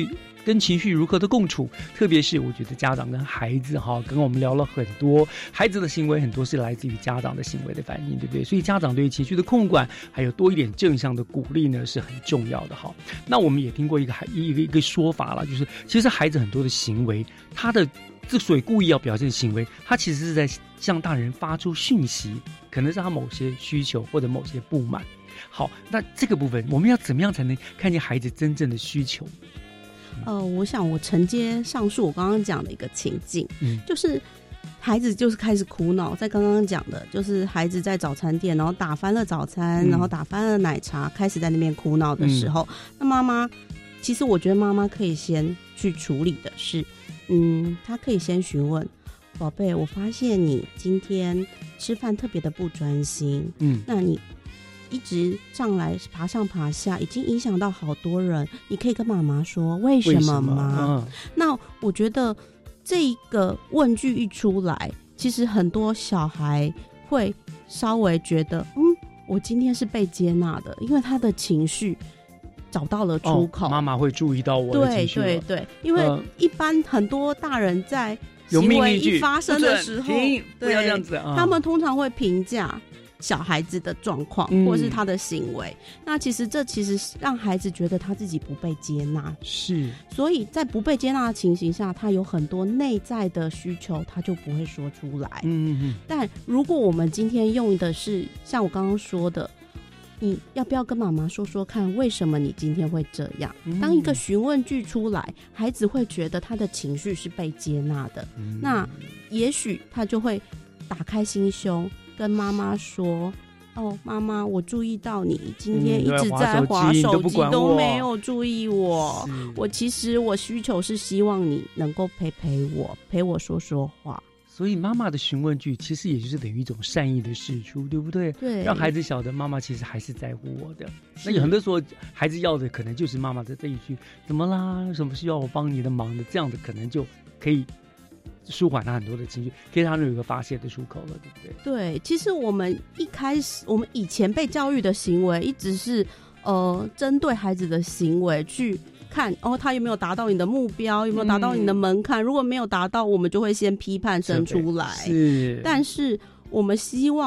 S3: 跟情绪如何的共处，特别是我觉得家长跟孩子跟我们聊了很多，孩子的行为很多是来自于家长的行为的反应，对不对？所以家长对于情绪的控管还有多一点正向的鼓励呢是很重要的。那我们也听过一个说法啦，就是其实孩子很多的行为，他的之所以故意要表现行为，他其实是在向大人发出讯息，可能是他某些需求或者某些不满。好，那这个部分我们要怎么样才能看见孩子真正的需求？
S15: 我想我承接上述我刚刚讲的一个情境，就是孩子就是开始苦恼，在刚刚讲的就是孩子在早餐店，然后打翻了早餐，然后打翻了奶茶，开始在那边哭闹的时候，那妈妈其实我觉得妈妈可以先去处理的是，她可以先询问宝贝，我发现你今天吃饭特别的不专心，那你一直上来爬上爬下，已经影响到好多人，你可以跟妈妈说为什么吗？那我觉得这个问句一出来，其实很多小孩会稍微觉得我今天是被接纳的，因为他的情绪找到了出口，
S3: 妈妈会注意到我的情绪了。
S15: 对，因为一般很多大人在行为一发生的时候，
S3: 不要这样子，
S15: 他们通常会评价小孩子的状况，或是他的行为，那其实让孩子觉得他自己不被接纳，
S3: 是，
S15: 所以在不被接纳的情形下，他有很多内在的需求，他就不会说出来。但如果我们今天用的是像我刚刚说的，你要不要跟妈妈说说看，为什么你今天会这样？当一个询问句出来，孩子会觉得他的情绪是被接纳的，那也许他就会打开心胸跟妈妈说，妈妈，我注意到你今天一直在滑手机，都没有注意我。其实我需求是希望你能够陪我，陪我说说话。
S3: 所以妈妈的询问句其实也就是等于一种善意的释出，对不对？
S15: 对，
S3: 让孩子晓得妈妈其实还是在乎我的。那有很多时候孩子要的可能就是妈妈的这一句怎么啦，什么需要我帮你的忙的，这样的可能就可以舒缓他很多的情绪，可以让他有一个发泄的出口了，对不对？
S15: 对，其实我们以前被教育的行为一直是针对孩子的行为去看他有没有达到你的目标，有没有达到你的门槛，如果没有达到，我们就会先批判生出来。
S3: 是，
S15: 但是我们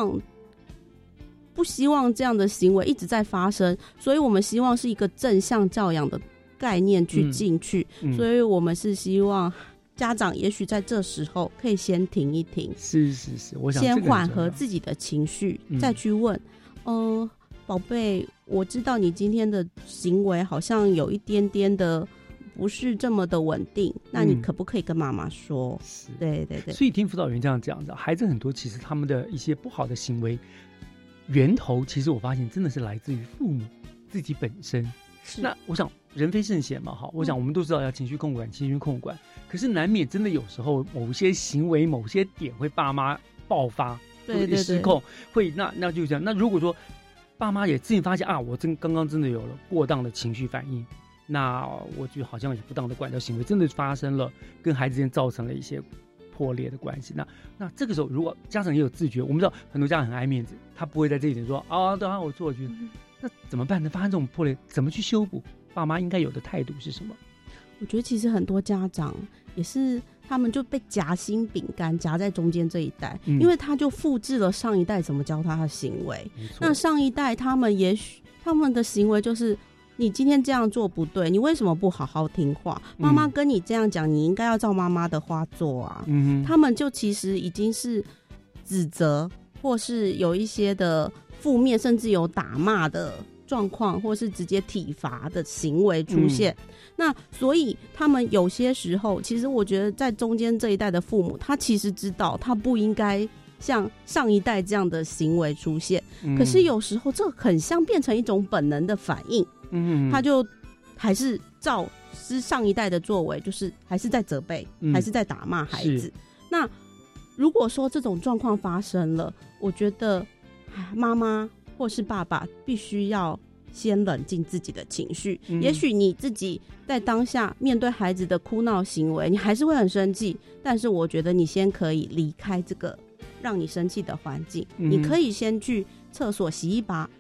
S15: 不希望这样的行为一直在发生，所以我们希望是一个正向教养的概念去进去，所以我们是希望家长也许在这时候可以先停一停，
S3: 是，我想
S15: 先缓和自己的情绪，再去问宝贝，我知道你今天的行为好像有一点点的不是这么的稳定，那你可不可以跟妈妈说？对。
S3: 所以听辅导员这样讲的，孩子很多其实他们的一些不好的行为源头，其实我发现真的是来自于父母自己本身。那我想人非圣贤嘛，我想我们都知道要情绪控管，可是难免真的有时候某些行为某些点会爸妈爆发，
S15: 对
S3: 失控，会那就这样。那如果说爸妈也自己发现我刚刚真的有了过当的情绪反应，那我就好像也不当的管教行为真的发生了，跟孩子之间造成了一些破裂的关系。那这个时候如果家长也有自觉，我们知道很多家长很爱面子，他不会在这一点说对我做去，那怎么办呢？发生这种破裂怎么去修补？爸妈应该有的态度是什么？
S15: 我觉得其实很多家长也是，他们就被夹心饼干夹在中间这一代，因为他就复制了上一代怎么教他的行为。那上一代他们也许他们的行为就是你今天这样做不对，你为什么不好好听话？妈妈跟你这样讲，你应该要照妈妈的话做啊。他们就其实已经是指责，或是有一些的负面，甚至有打骂的状况，或是直接体罚的行为出现。那所以他们有些时候，其实我觉得在中间这一代的父母，他其实知道他不应该像上一代这样的行为出现，可是有时候这很像变成一种本能的反应，他就还是照是上一代的作为，就是还是在责备，还是在打骂孩子。那如果说这种状况发生了，我觉得妈妈或是爸爸必须要先冷静自己的情绪。也许你自己在当下面对孩子的哭闹行为，你还是会很生气，但是我觉得你先可以离开这个让你生气的环境，你可以先去厕所洗一把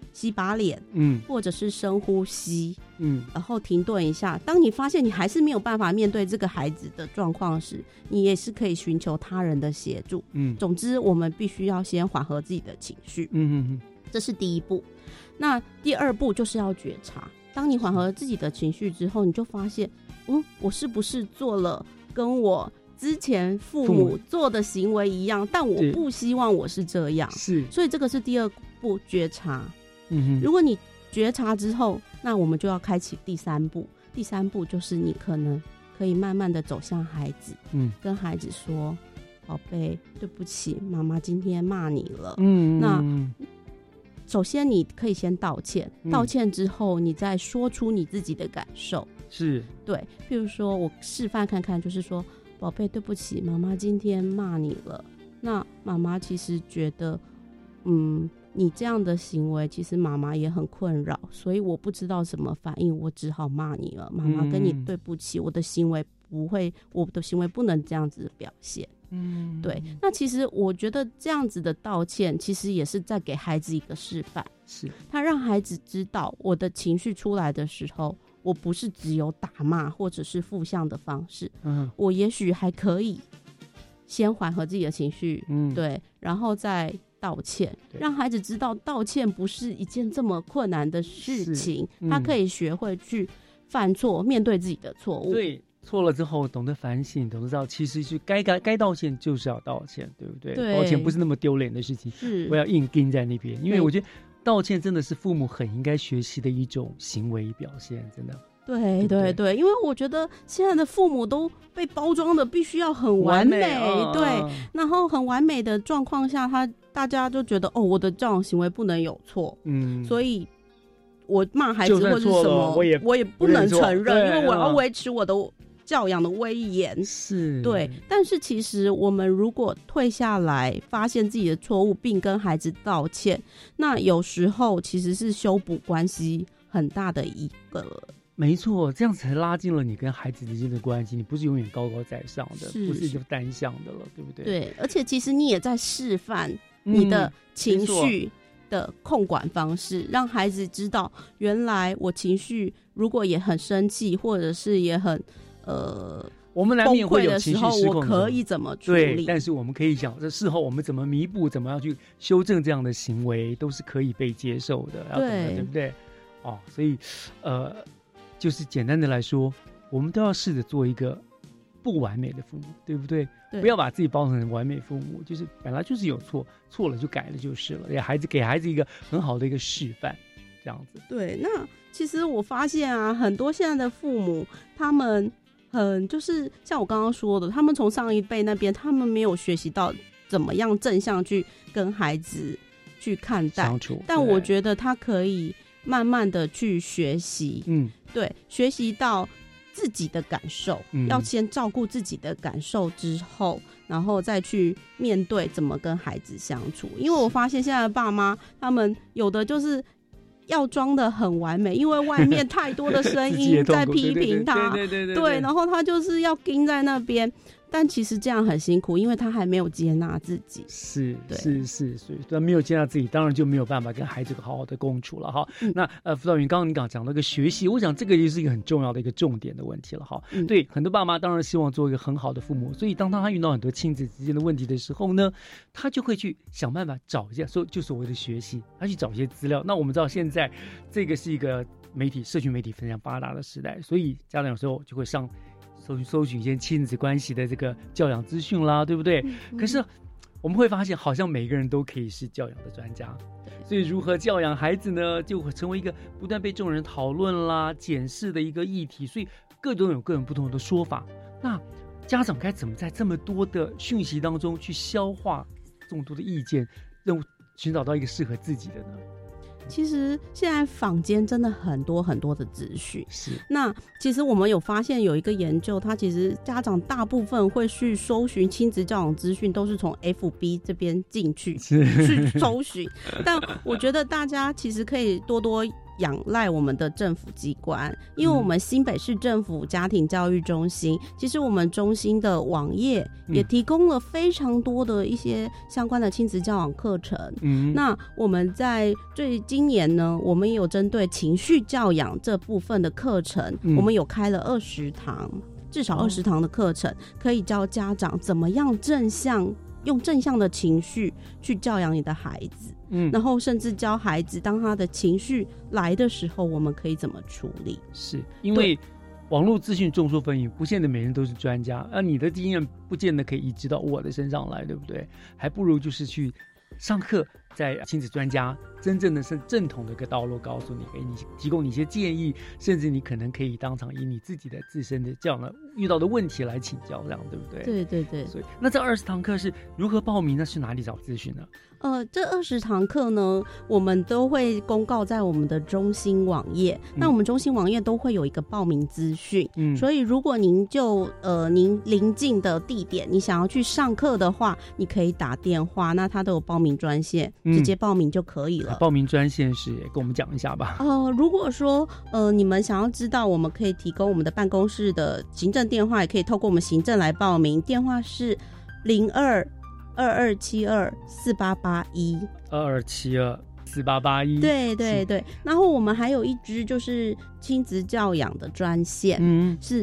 S15: 洗把脸，或者是深呼吸，然后停顿一下。当你发现你还是没有办法面对这个孩子的状况时，你也是可以寻求他人的协助。总之我们必须要先缓和自己的情绪。这是第一步。那第二步就是要觉察。当你缓和自己的情绪之后，你就发现，我是不是做了跟我之前父母做的行为一样，但我不希望我是这样。是，所以这个是第二步，觉察。如果你觉察之后，那我们就要开启第三步。第三步就是你可能可以慢慢的走向孩子，跟孩子说：“宝贝，对不起，妈妈今天骂你了。”那首先你可以先道歉，道歉之后你再说出你自己的感受。是，对，譬如说我示范看看，就是说，宝贝，对不起，妈妈今天骂你了。那妈妈其实觉得你这样的行为其实妈妈也很困扰，所以我不知道什么反应，我只好骂你了。妈妈跟你对不起，我的行为不能这样子表现。对，那其实我觉得这样子的道歉其实也是在给孩子一个示范，是他让孩子知道我的情绪出来的时候，我不是只有打骂或者是负向的方式，我也许还可以先缓和自己的情绪，对，然后再道歉，让孩子知道道歉不是一件这么困难的事情，他可以学会去犯错，面对自己的错误。对，
S3: 错了之后懂得反省，懂得知道其实是该道歉就是要道歉，对不对？对，道歉不是那么丢脸的事情，不要硬盯在那边。因为我觉得道歉真的是父母很应该学习的一种行为表现，真的。
S15: 对对对，因为我觉得现在的父母都被包装的必须要很完美，对，然后很完美的状况下，大家就觉得我的这种行为不能有错，所以我骂孩子或者是什么，我也不能承认，因为我要维持我的教养的威严。是，对。但是其实我们如果退下来，发现自己的错误，并跟孩子道歉，那有时候其实是修补关系很大的一个。
S3: 没错，这样才拉近了你跟孩子之间的关系。你不是永远高高在上的，不是就单向的了，对不对？
S15: 对，而且其实你也在示范你的情绪的控管方式，让孩子知道，原来我情绪如果也很生气，或者是也很
S3: 我们难免会有情绪失控的时候，
S15: 我可以怎么处理？
S3: 对，但是我们可以讲，这事后我们怎么弥补，怎么样去修正这样的行为，都是可以被接受的，对不对？所以就是简单的来说，我们都要试着做一个不完美的父母，对不对？不要把自己包成完美父母，就是本来就是有错了就改了就是了，给孩子一个很好的一个示范，这样子。
S15: 对，那其实我发现啊，很多现在的父母，他们就是像我刚刚说的，他们从上一辈那边，他们没有学习到怎么样正向去跟孩子去看待相处，但我觉得他可以慢慢的去学习，对，学习到自己的感受，要先照顾自己的感受之后，然后再去面对怎么跟孩子相处。因为我发现现在的爸妈，他们有的就是要装得很完美，因为外面太多的声音在批评他，对，然后他就是要盯在那边。但其实这样很辛苦，因为他还没有接纳自己。是，所以他没有接纳自己，当然就没有办法跟孩子好好的共处了哈。那辅导员刚刚你讲到一个学习，我想这个也是一个很重要的一个重点的问题了哈。对，很多爸妈当然希望做一个很好的父母，所以当他遇到很多亲子之间的问题的时候呢，他就会去想办法找一下，就所谓的学习，他去找一些资料。那我们知道现在这个是一个社群媒体非常发达的时代，所以家长有时候就会搜寻一些亲子关系的这个教养资讯啦，对不对？可是我们会发现，好像每个人都可以是教养的专家，所以如何教养孩子呢，就会成为一个不断被众人讨论啦、检视的一个议题。所以各种有各种不同的说法。那家长该怎么在这么多的讯息当中去消化这么多的意见，寻找到一个适合自己的呢？其实现在坊间真的很多很多的资讯，是。那其实我们有发现有一个研究，它其实家长大部分会去搜寻亲子教养资讯，都是从 FB 这边进去去搜寻。但我觉得大家其实可以多多仰赖我们的政府机关，因为我们新北市政府家庭教育中心，其实我们中心的网页也提供了非常多的一些相关的亲子教养课程。那我们在今年呢，我们也有针对情绪教养这部分的课程，我们有开了20堂，至少20堂的课程，可以教家长怎么样用正向的情绪去教养你的孩子。然后甚至教孩子，当他的情绪来的时候，我们可以怎么处理？
S3: 是因为网络资讯众说纷纭，不见得每人都是专家，你的经验不见得可以移植到我的身上来，对不对？还不如就是去上课，在亲子专家真正的是正统的一个道路告诉你，给你提供你一些建议，甚至你可能可以当场以你自己的自身的这样的遇到的问题来请教，这样对不对？
S15: 对对对。
S3: 所以那这20堂课是如何报名？那是哪里找资讯呢？
S15: 这20堂课呢，我们都会公告在我们的中心网页。那我们中心网页都会有一个报名资讯。所以如果您您邻近的地点，你想要去上课的话，你可以打电话，那他都有报名专线，直接报名就可以了。
S3: 报名专线是跟我们讲一下吧。
S15: 如果说你们想要知道，我们可以提供我们的办公室的行政电话，也可以透过我们行政来报名，电话是02-2272-4881，2272-4881。对对对。然后我们还有一支就是亲子教养的专线，是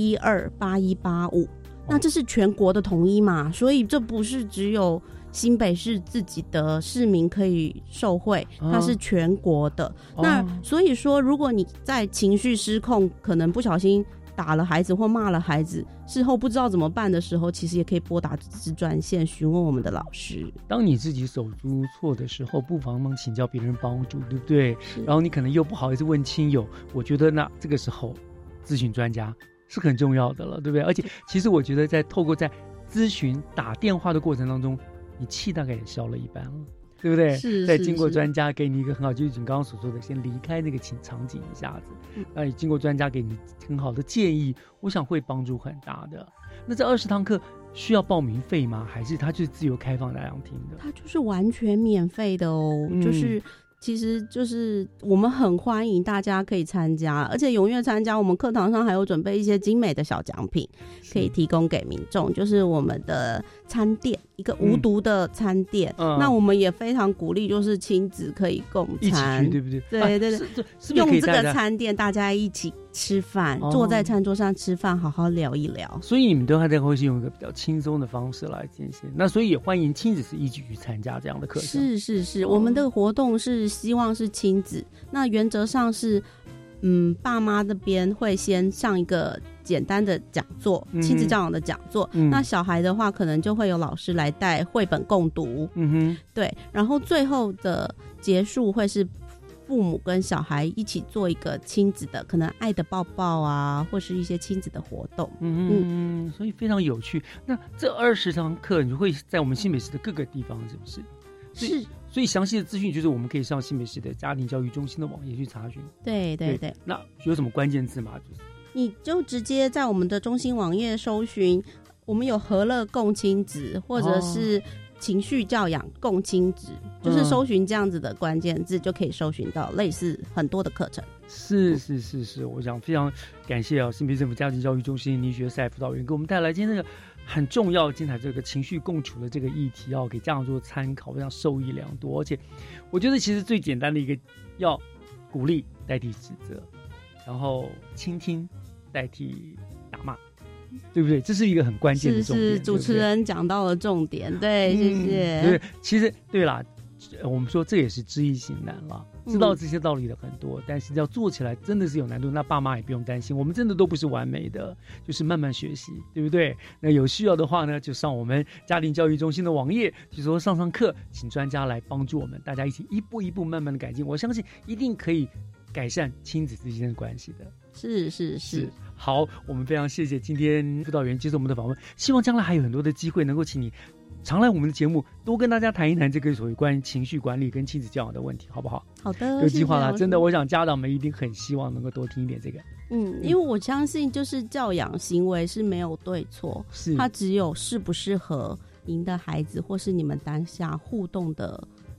S15: 412-8185。那这是全国的统一嘛，所以这不是只有新北市自己的市民可以受惠，它是全国的。那所以说，如果你在情绪失控，可能不小心打了孩子或骂了孩子，事后不知道怎么办的时候，其实也可以拨打这支专线询问我们的老师。
S3: 当你自己手足无措的时候，不妨请教别人帮助，对不对？然后你可能又不好意思问亲友，我觉得那这个时候咨询专家是很重要的了，对不对？而且其实我觉得透过在咨询打电话的过程当中，你气大概也消了一半了，对不对？是。再经过专家给你一个很好，就是你刚刚所说的，先离开那个场景一下子，那你经过专家给你很好的建议，我想会帮助很大的。那这20堂课需要报名费吗？还是它就是自由开放大家听的？
S15: 它就是完全免费的哦，其实就是我们很欢迎大家可以参加，而且踊跃参加。我们课堂上还有准备一些精美的小奖品，可以提供给民众，就是我们的餐垫，一个无毒的餐垫。那我们也非常鼓励，就是亲子可以共餐，
S3: 一起去，对不对？
S15: 对对对，用这个餐垫，大家一起吃饭，坐在餐桌上吃饭，好好聊一聊。
S3: 所以你们都还在会是用一个比较轻松的方式来进行。那所以也欢迎亲子是一起去参加这样的课程。
S15: 是，我们的活动是希望是亲子，那原则上是爸妈那边会先上一个简单的讲座，亲子教养的讲座。那小孩的话可能就会有老师来带绘本共读。对，然后最后的结束会是父母跟小孩一起做一个亲子的，可能爱的抱抱啊，或是一些亲子的活动。
S3: 所以非常有趣。那这20堂课你会在我们新北市的各个地方，是不是？
S15: 是。
S3: 所以详细的资讯就是我们可以上新北市的家庭教育中心的网页去查询。
S15: 对。
S3: 那有什么关键字吗？
S15: 你就直接在我们的中心网页搜寻，我们有和乐共亲子，或者是情绪教养共亲子，就是搜寻这样子的关键字，就可以搜寻到类似很多的课程。
S3: 是，我想非常感谢新北市政府家庭教育中心倪学赛辅导员给我们带来今天这个很重要精彩这个情绪共处的这个议题，要给家长做参考，非常受益良多。而且我觉得其实最简单的一个，要鼓励代替指责，然后倾听代替打骂，对不对？这是一个很关键的重点。
S15: 是主持人讲到了重点，对，谢谢。
S3: 对，其实对啦，我们说这也是知易行难了。知道这些道理的很多，但是要做起来真的是有难度。那爸妈也不用担心，我们真的都不是完美的，就是慢慢学习，对不对？那有需要的话呢，就上我们家庭教育中心的网页，就说上课，请专家来帮助我们，大家一起一步一步慢慢的改进。我相信一定可以改善亲子之间的关系的。
S15: 是。
S3: 好，我们非常谢谢今天辅导员接受我们的访问，希望将来还有很多的机会能够请你常来我们的节目，多跟大家谈一谈这个所谓关于情绪管理跟亲子教养的问题，好不好？
S15: 好的，
S3: 有计划了。真的，我想家长们一定很希望能够多听一点这个。
S15: 因为我相信，就是教养行为是没有对错，它只有适不适合您的孩子，或是你们当下互动的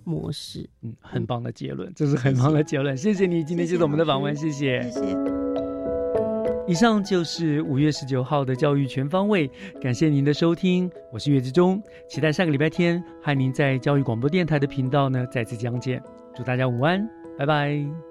S15: 模式。
S3: 很棒的结论，这是很棒的结论。谢谢你今天接受我们的访问，谢谢。
S15: 谢谢。
S3: 以上就是5月19号的教育全方位，感谢您的收听，我是岳志忠，期待下个礼拜天和您在教育广播电台的频道呢再次相见，祝大家午安，拜拜。